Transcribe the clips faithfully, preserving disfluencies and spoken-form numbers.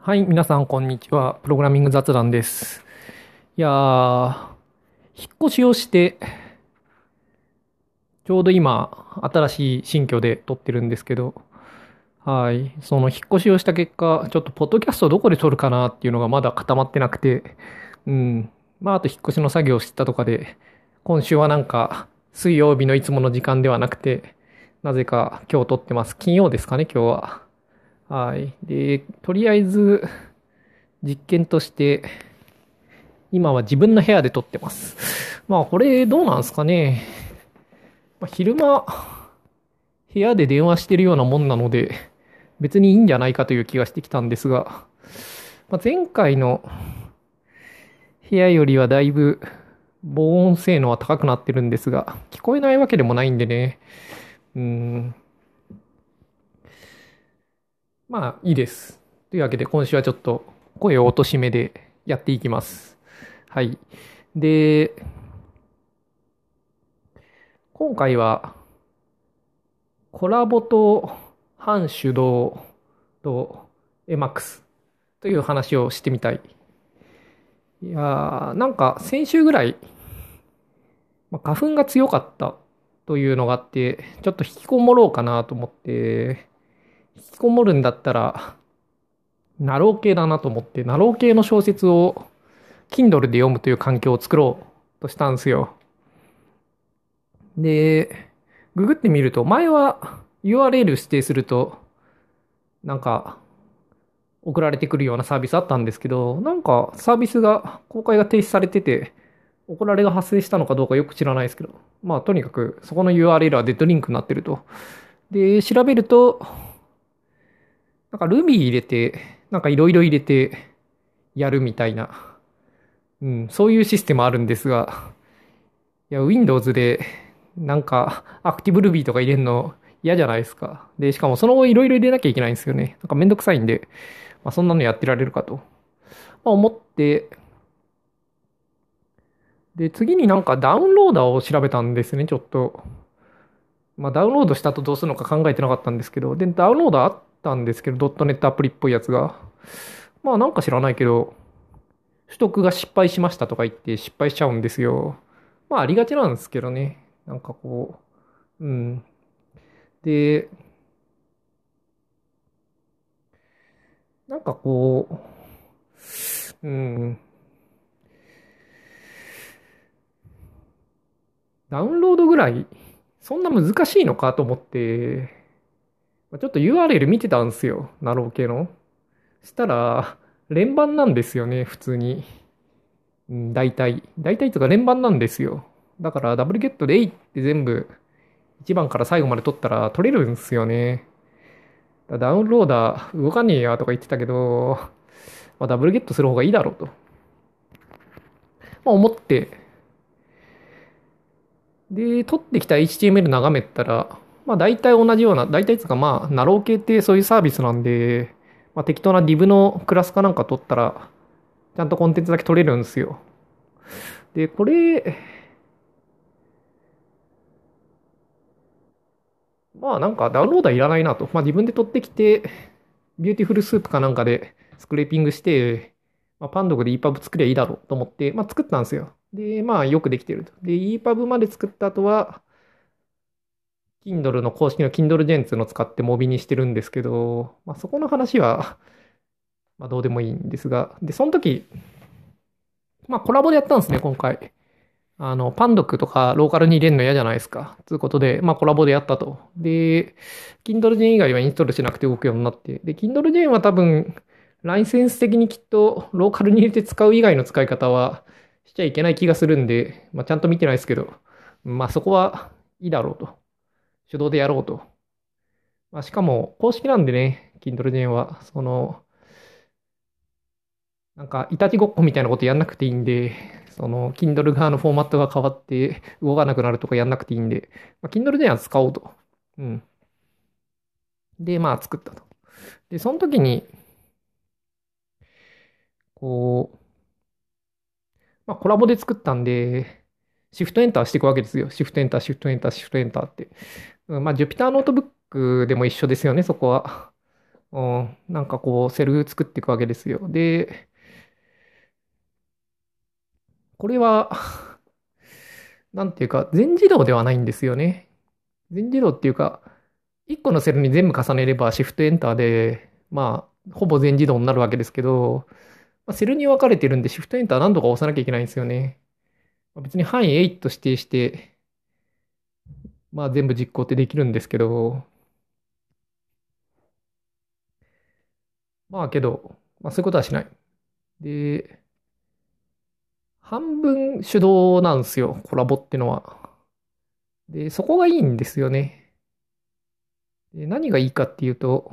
はい、皆さん、こんにちは。プログラミング雑談です。いやー、引っ越しをして、ちょうど今、新しい新居で撮ってるんですけど、はい、その引っ越しをした結果、ちょっとポッドキャストどこで撮るかなっていうのがまだ固まってなくて、うん、まあ、あと引っ越しの作業をしてたとかで、今週はなんか、水曜日のいつもの時間ではなくて、なぜか今日撮ってます。金曜ですかね、今日は。はい。で、とりあえず、実験として、今は自分の部屋で撮ってます。まあ、これどうなんですかね。まあ、昼間、部屋で電話してるようなもんなので、別にいいんじゃないかという気がしてきたんですが、まあ、前回の部屋よりはだいぶ防音性能は高くなってるんですが、聞こえないわけでもないんでね。うーん、まあいいです。というわけで今週はちょっと声を落としめでやっていきます。はい。で、今回はコラボと反手動と エマックス という話をしてみたい。いやー、なんか先週ぐらい、まあ、花粉が強かったというのがあって、ちょっと引きこもろうかなと思って、引きこもるんだったら、ナロー系だなと思って、ナロー系の小説を Kindle で読むという環境を作ろうとしたんですよ。で、ググってみると、前は ユーアールエル 指定すると、なんか送られてくるようなサービスあったんですけど、なんかサービスが、公開が停止されてて、怒られが発生したのかどうかよく知らないですけど、まあとにかくそこの ユーアールエル はデッドリンクになってると。で、調べると、なんか Ruby 入れて、なんかいろいろ入れてやるみたいな、うん、そういうシステムあるんですが、いや、Windows でなんか ActiveRuby とか入れるの嫌じゃないですか。で、しかもその後いろいろ入れなきゃいけないんですよね。なんかめんどくさいんで、まあそんなのやってられるかと。まあ、思って、で、次になんかダウンローダーを調べたんですね、ちょっと。まあ、ダウンロードした後どうするのか考えてなかったんですけど、で、ダウンローダーあったんですけど、ドットネットアプリっぽいやつが。まあ、なんか知らないけど、取得が失敗しましたとか言って失敗しちゃうんですよ。まあ、ありがちなんですけどね。なんかこう、うん。で、なんかこう、うん、ダウンロードぐらい、そんな難しいのかと思って、まあちょっと ユーアールエル 見てたんですよ。ナロー系の。したら、連番なんですよね、普通に。うん、大体。大体とか連番なんですよ。だからダブルゲットでえいって全部いちばんから最後まで取ったら取れるんですよね。ダウンローダー動かねえやとか言ってたけど、まあ、ダブルゲットする方がいいだろうと、まあ、思って、で、取ってきた エイチティーエムエル 眺めたら、まあ大体同じような、大体つうかまあ、ナロー系ってそういうサービスなんで、まあ適当な div のクラスかなんか取ったら、ちゃんとコンテンツだけ取れるんですよ。で、これ、まあなんかダウンローダーいらないなと。まあ自分で取ってきて、ビューティフルスープかなんかでスクレーピングして、まあ、パンドクで イーパブ 作りゃいいだろうと思って、まあ作ったんですよ。で、まあよくできてると。で、イーパブ まで作った後は、Kindle の公式の Kindle Gents の使ってモビにしてるんですけど、まあそこの話は、まあどうでもいいんですが、で、その時、まあコラボでやったんですね、今回。あの、パンドクとかローカルに入れるの嫌じゃないですか。ということで、まあコラボでやったと。で、Kindle Gen 以外はインストールしなくて動くようになって。で、Kindle Gen は多分、ライセンス的にきっとローカルに入れて使う以外の使い方はしちゃいけない気がするんで、まあちゃんと見てないですけど、まあそこはいいだろうと。手動でやろうと。まあしかも公式なんでね、Kindle Gen は、その、なんか、いたちごっこみたいなことやんなくていいんで、その、Kindle 側のフォーマットが変わって動かなくなるとかやんなくていいんで、まあ、Kindle では使おうと。うん。で、まあ、作ったと。で、その時に、こう、まあ、コラボで作ったんで、シフトエンターしていくわけですよ。シフトエンター、シフトエンター、シフトエンターって。うん、まあ、Jupyter ノートブックでも一緒ですよね、そこは。 うん、なんかこう、セル作っていくわけですよ。で、これは、なんていうか、全自動ではないんですよね。全自動っていうか、いっこのセルに全部重ねればシフトエンターで、まあ、ほぼ全自動になるわけですけど、まあ、セルに分かれてるんでシフトエンター何度か押さなきゃいけないんですよね。まあ別に範囲はちと指定して、まあ全部実行ってできるんですけど、まあけど、まあそういうことはしない。で、半分手動なんですよ、コラボってのは。で、そこがいいんですよね。で、何がいいかっていうと、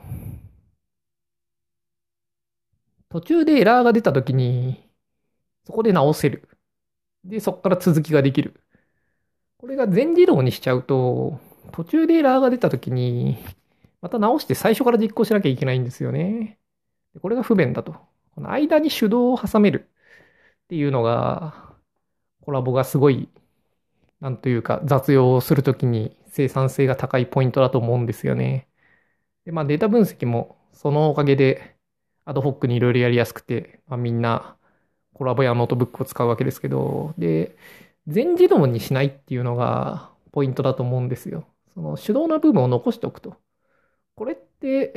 途中でエラーが出た時に、そこで直せる。で、そこから続きができる。これが全自動にしちゃうと、途中でエラーが出た時に、また直して最初から実行しなきゃいけないんですよね。でこれが不便だと。この間に手動を挟めるっていうのが、コラボがすごい、なんというか雑用をするときに生産性が高いポイントだと思うんですよね。で、まあデータ分析もそのおかげでアドホックにいろいろやりやすくて、まあ、みんなコラボやノートブックを使うわけですけど、で、全自動にしないっていうのがポイントだと思うんですよ。その手動な部分を残しておくと。これって、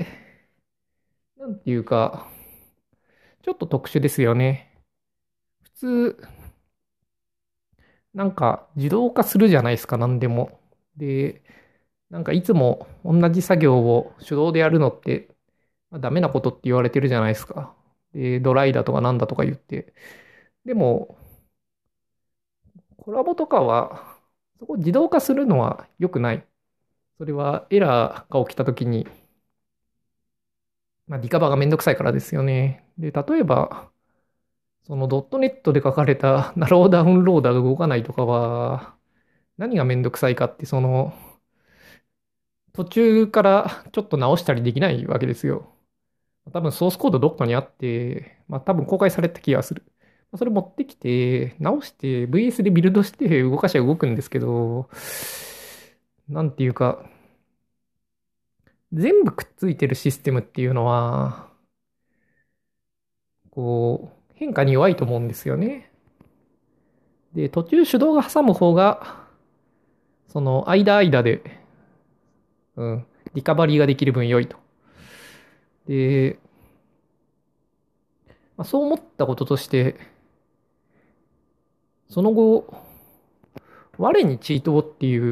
なんていうか、ちょっと特殊ですよね。普通、なんか自動化するじゃないですか、何でも。で、なんかいつも同じ作業を手動でやるのって、まあ、ダメなことって言われてるじゃないですか。で、ドライだとかなんだとか言って。でも、コラボとかは、そこ自動化するのは良くない。それはエラーが起きたときに、まあ、リカバーがめんどくさいからですよね。で、例えば、そのドットネットで書かれたナローダウンローダーが動かないとかは、何がめんどくさいかって、その、途中からちょっと直したりできないわけですよ。多分ソースコードどっかにあって、まあ多分公開された気がする。それ持ってきて、直して ブイエス でビルドして動かしは動くんですけど、なんていうか、全部くっついてるシステムっていうのは、こう、変化に弱いと思うんですよね。で、途中手動が挟む方が、その間間で、うん、リカバリーができる分良いと。で、まあ、そう思ったこととして、その後、我にチートっていう、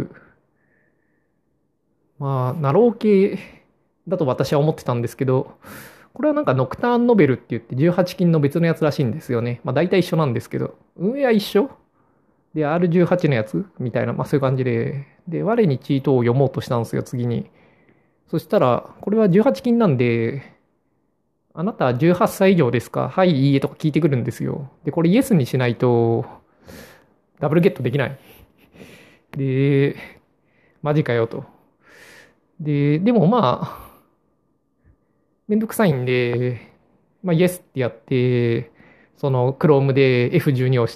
まあ、ナロー系だと私は思ってたんですけど、これはなんかノクターンノベルって言ってじゅうはち禁の別のやつらしいんですよね。まあ大体一緒なんですけど、運営は一緒で アールじゅうはち のやつみたいな、まあそういう感じで、で、我にチートを読もうとしたんですよ、次に。そしたら、これはじゅうはち禁なんで、あなたじゅうはっさい以上ですかはい、いいえとか聞いてくるんですよ。で、これイエスにしないと、ダブルゲットできない。で、マジかよと。で、でもまあ、めんどくさいんで、まあ、イエスってやって、その Chrome で エフじゅうに を押して、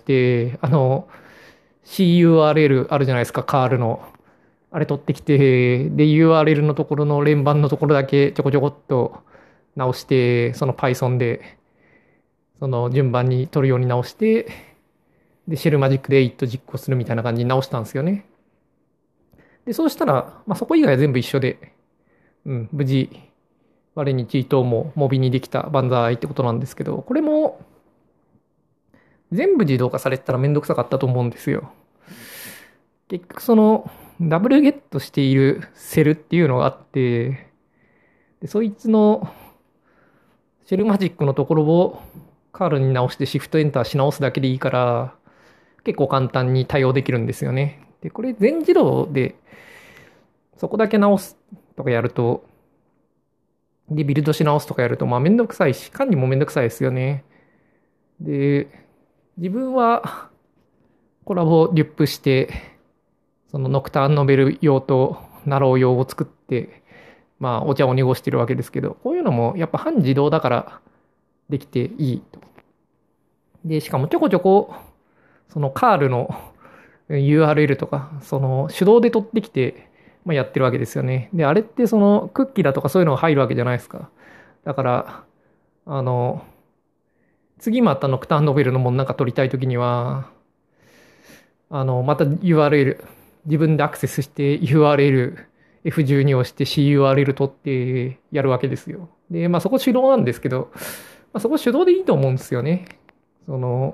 あの、シーユーアールエル あるじゃないですか、カールの。あれ取ってきて、で、ユーアールエル のところの連番のところだけちょこちょこっと直して、その Python で、その順番に取るように直して、で、シェルマジックではち実行するみたいな感じに直したんですよね。で、そうしたら、まあ、そこ以外は全部一緒で、うん、無事、我にチートもモビにできた万歳ってことなんですけど、これも全部自動化されてたらめんどくさかったと思うんですよ。結局そのダブルゲットしているセルっていうのがあって、でそいつのシェルマジックのところをカールに直してシフトエンターし直すだけでいいから、結構簡単に対応できるんですよね。で、これ全自動でそこだけ直すとかやると、で、ビルドし直すとかやると、まあめんどくさいし、管理もめんどくさいですよね。で、自分はコラボリュップして、そのノクターンノベル用とナロー用を作って、まあお茶を濁してるわけですけど、こういうのもやっぱ半自動だからできていいと。で、しかもちょこちょこ、そのカールの ユーアールエル とか、その手動で取ってきて、まあ、やってるわけですよね。で、あれってそのクッキーだとかそういうのが入るわけじゃないですか。 だから、あの、次またノクターンノベルのものなんか取りたいときには、あの、また ユーアールエル、自分でアクセスして ユーアールエル、エフじゅうに を押して シーユーアールエル 取ってやるわけですよ。で、まあそこ手動なんですけど、まあ、そこ手動でいいと思うんですよね。その、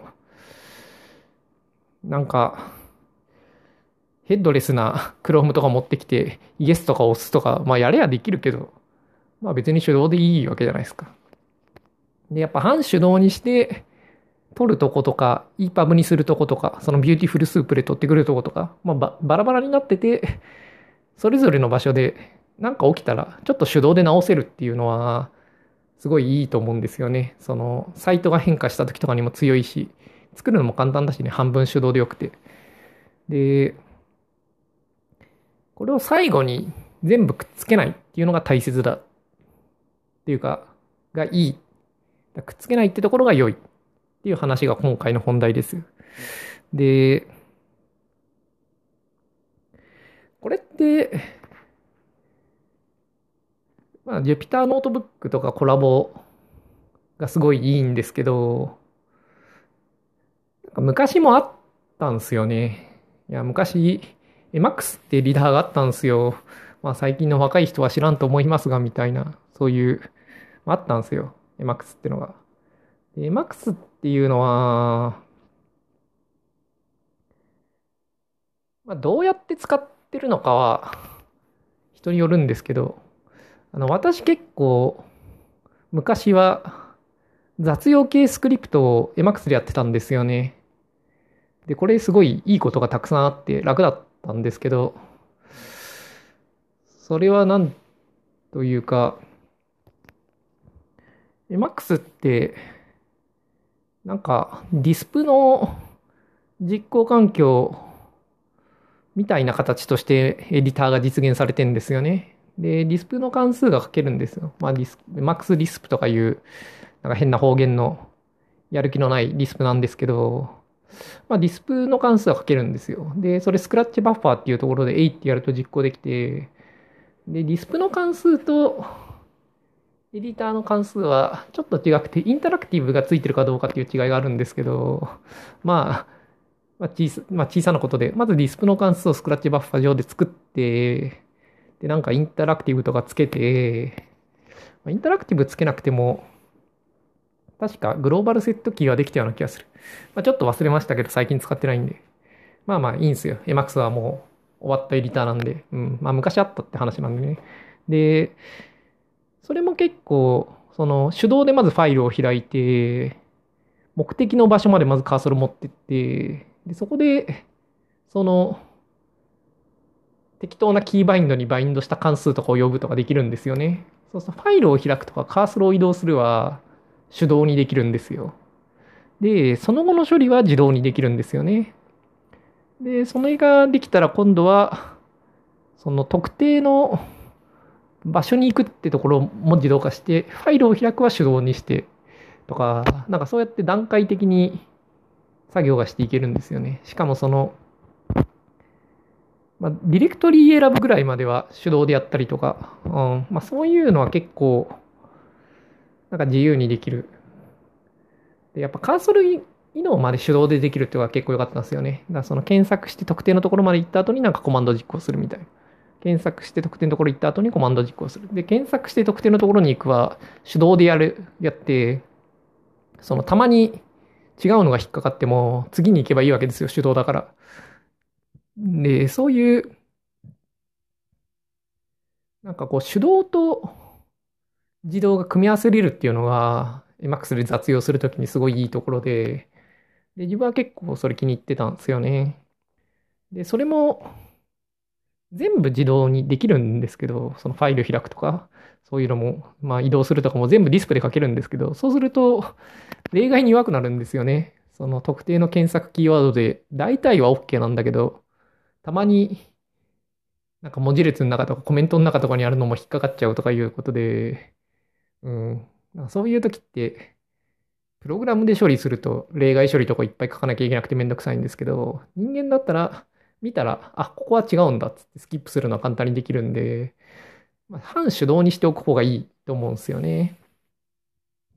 なんか、ヘッドレスな Chrome とか持ってきて、イエスとか押すとか、まあやれやできるけど、まあ別に手動でいいわけじゃないですか。で、やっぱ半手動にして、取るとことか、イーパブにするとことか、そのビューティフルスープで取ってくるとことか、まあババラバラになってて、それぞれの場所でなんか起きたら、ちょっと手動で直せるっていうのは、すごいいいと思うんですよね。その、サイトが変化した時とかにも強いし、作るのも簡単だしね、半分手動でよくて。で、これを最後に全部くっつけないっていうのが大切だっていうか、がいい。くっつけないってところが良いっていう話が今回の本題です。で、これって、まあ、Jupyter ノートブックとかコラボがすごいいいんですけど、昔もあったんですよね。いや、昔、エマックス ってリーダーがあったんですよ。まあ最近の若い人は知らんと思いますが、みたいな、そういう、あったんですよ。エマックス ってのが。で エマックス っていうのは、まあ、どうやって使ってるのかは人によるんですけど、あの、私結構昔は雑用系スクリプトを エマックス でやってたんですよね。で、これすごいいいことがたくさんあって楽だったんですけど、それはなんというか、エマックス ってなんかディスプの実行環境みたいな形としてエディターが実現されてるんですよね。で、ディスプの関数が書けるんですよ。まあ、ディスマックスディスプとかいう、なんか変な方言のやる気のないディスプなんですけど、まあ、ディスプの関数は書けるんですよ。で、それスクラッチバッファーっていうところでえいってやると実行できて、で、ディスプの関数とエディターの関数はちょっと違くて、インタラクティブがついてるかどうかっていう違いがあるんですけど、まあ、まあ小さ、まあ、小さなことで、まずディスプの関数をスクラッチバッファ上で作って、で、なんかインタラクティブとかつけて、まあインタラクティブつけなくても、確かグローバルセットキーはできたような気がする。まあ、ちょっと忘れましたけど、最近使ってないんで。まあまあいいんですよ。エマックス はもう終わったエディターなんで。うん。まあ昔あったって話なんでね。で、それも結構、その手動でまずファイルを開いて、目的の場所までまずカーソル持ってって、で、そこで、その、適当なキーバインドにバインドした関数とかを呼ぶとかできるんですよね。そうするとファイルを開くとかカーソルを移動するは手動にできるんですよ。で、その後の処理は自動にできるんですよね。で、それができたら今度は、その特定の場所に行くってところも自動化して、ファイルを開くは手動にしてとか、なんかそうやって段階的に作業がしていけるんですよね。しかもその、まあ、ディレクトリ選ぶぐらいまでは手動でやったりとか、うん、まあそういうのは結構、なんか自由にできる。で、やっぱカーソル移動まで手動でできるっていうのが結構良かったんですよね。だからその検索して特定のところまで行った後になんかコマンド実行するみたいな。検索して特定のところ行った後にコマンド実行する。で、検索して特定のところに行くは手動でやる、やって、そのたまに違うのが引っかかっても次に行けばいいわけですよ、手動だから。で、そういう、なんかこう手動と自動が組み合わせれるっていうのが、エマックス で雑用するときにすごいいいところで、で、自分は結構それ気に入ってたんですよね。で、それも全部自動にできるんですけど、そのファイル開くとか、そういうのも、まあ移動するとかも全部ディスプレイ書けるんですけど、そうすると、例外に弱くなるんですよね。その特定の検索キーワードで、大体は OK なんだけど、たまになんか文字列の中とかコメントの中とかにあるのも引っかかっちゃうとかいうことで、うん。そういう時って、プログラムで処理すると例外処理とかいっぱい書かなきゃいけなくてめんどくさいんですけど、人間だったら見たら、あ、ここは違うんだっつってスキップするのは簡単にできるんで、まあ、半手動にしておく方がいいと思うんですよね。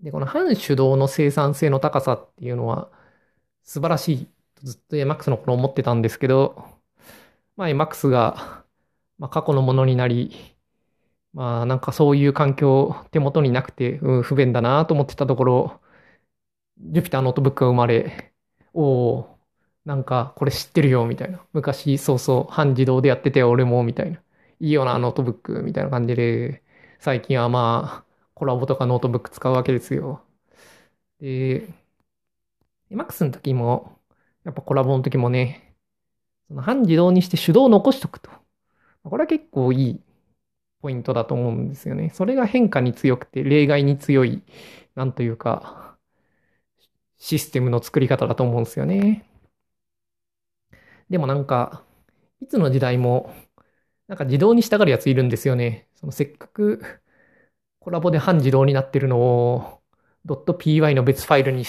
で、この半手動の生産性の高さっていうのは素晴らしいとずっと エマックス の頃思ってたんですけど、まあ エマックス が、まあ、過去のものになり、まあなんかそういう環境手元になくて、うん、不便だなと思ってたところ、Jupyter ノートブックが生まれ、おお、なんかこれ知ってるよみたいな。昔そうそう半自動でやってて俺もみたいな。いいよなノートブックみたいな感じで、最近はまあコラボとかノートブック使うわけですよ。で、エマックス の時も、やっぱコラボの時もね、その半自動にして手動を残しとくと。これは結構いいポイントだと思うんですよね。それが変化に強くて、例外に強い、なんというか、システムの作り方だと思うんですよね。でもなんか、いつの時代も、なんか自動に従うやついるんですよね。そのせっかくコラボで半自動になってるのを、.py の別ファイルにして、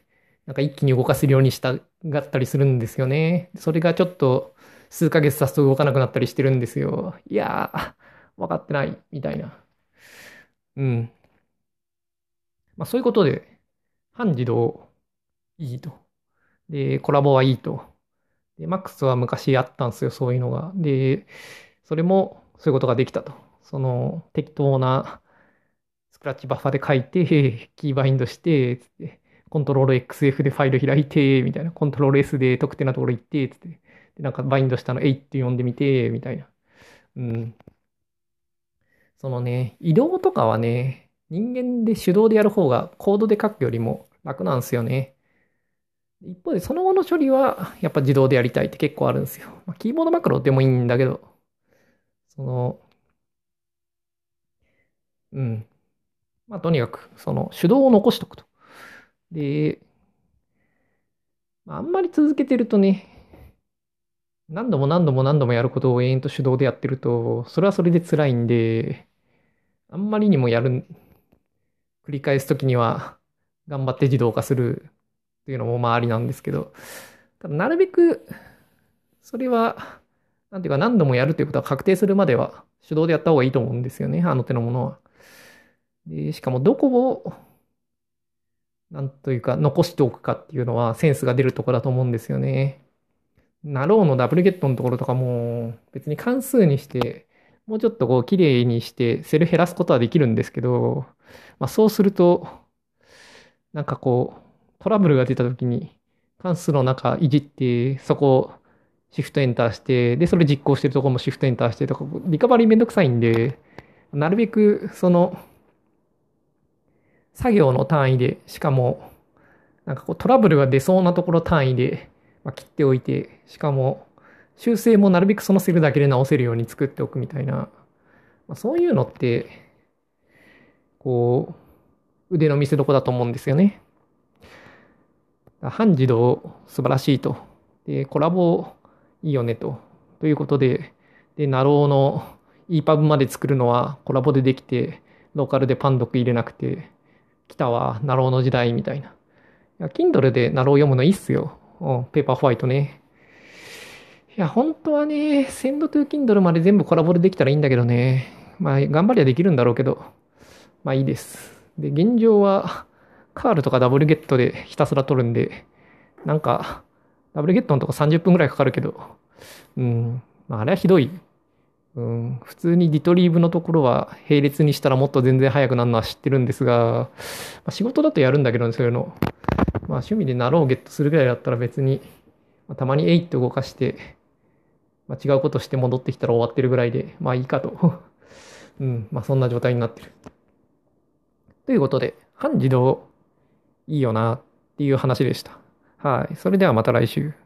なんか一気に動かせるようにしたがったりするんですよね。それがちょっと数ヶ月経つと動かなくなったりしてるんですよ。いやー、分かってない、みたいな。うん。まあそういうことで、半自動いいと。で、コラボはいいと。で、マックスは昔あったんですよ、そういうのが。で、それもそういうことができたと。その適当なスクラッチバッファで書いて、キーバインドして、つって、コントロール エックスエフ でファイル開いて、みたいな。コントロール エス で特定なところ行って、つって。で、なんかバインドしたのエイって読んでみて、みたいな。うん。そのね、移動とかはね、人間で手動でやる方がコードで書くよりも楽なんですよね。一方で、その後の処理は、やっぱ自動でやりたいって結構あるんですよ。まあ、キーボードマクロでもいいんだけど、その、うん。まあ、とにかく、その、手動を残しとくと。で、まああんまり続けてるとね、何度も何度も何度もやることを延々と手動でやってると、それはそれで辛いんで、あんまりにもやる、繰り返すときには、頑張って自動化するっていうのもまあありなんですけど、ただなるべく、それは、なんていうか何度もやるということは確定するまでは手動でやった方がいいと思うんですよね、あの手のものは。で、しかもどこを、なんというか残しておくかっていうのはセンスが出るところだと思うんですよね。ナローのダブルゲットのところとかも別に関数にして、もうちょっとこう綺麗にしてセル減らすことはできるんですけど、まあそうすると、なんかこう、トラブルが出た時に関数の中いじって、そこをシフトエンターして、で、それ実行してるところもシフトエンターしてとか、リカバリーめんどくさいんで、なるべくその作業の単位で、しかも、なんかこうトラブルが出そうなところ単位で、まあ、切っておいて、しかも修正もなるべくそのセルだけで直せるように作っておくみたいな、まあ、そういうのって、こう、腕の見せ所だと思うんですよね。半自動素晴らしいと。で、コラボいいよねと。ということで、で、ナローの イーパブ まで作るのはコラボでできて、ローカルでパンドク入れなくて、来たわ、ナローの時代みたいな。いや、Kindle でナロー読むのいいっすよ。うん、ペーパーホワイトね。いや、本当はね、センドトゥー Kindle まで全部コラボでできたらいいんだけどね。まあ、頑張りはできるんだろうけど、まあいいです。で、現状は、カールとかダブルゲットでひたすら取るんで、なんか、ダブルゲットのとこさんじゅっぷんくらいかかるけど、うん、まあ、あれはひどい。うん、普通にリトリーブのところは並列にしたらもっと全然早くなるのは知ってるんですが、まあ、仕事だとやるんだけどね、そういうの。まあ趣味でナローをゲットするぐらいだったら別に、まあ、たまにえいって動かして、まあ、違うことして戻ってきたら終わってるぐらいで、まあいいかと。うん、まあそんな状態になってる。ということで、半自動いいよなっていう話でした。はい。それではまた来週。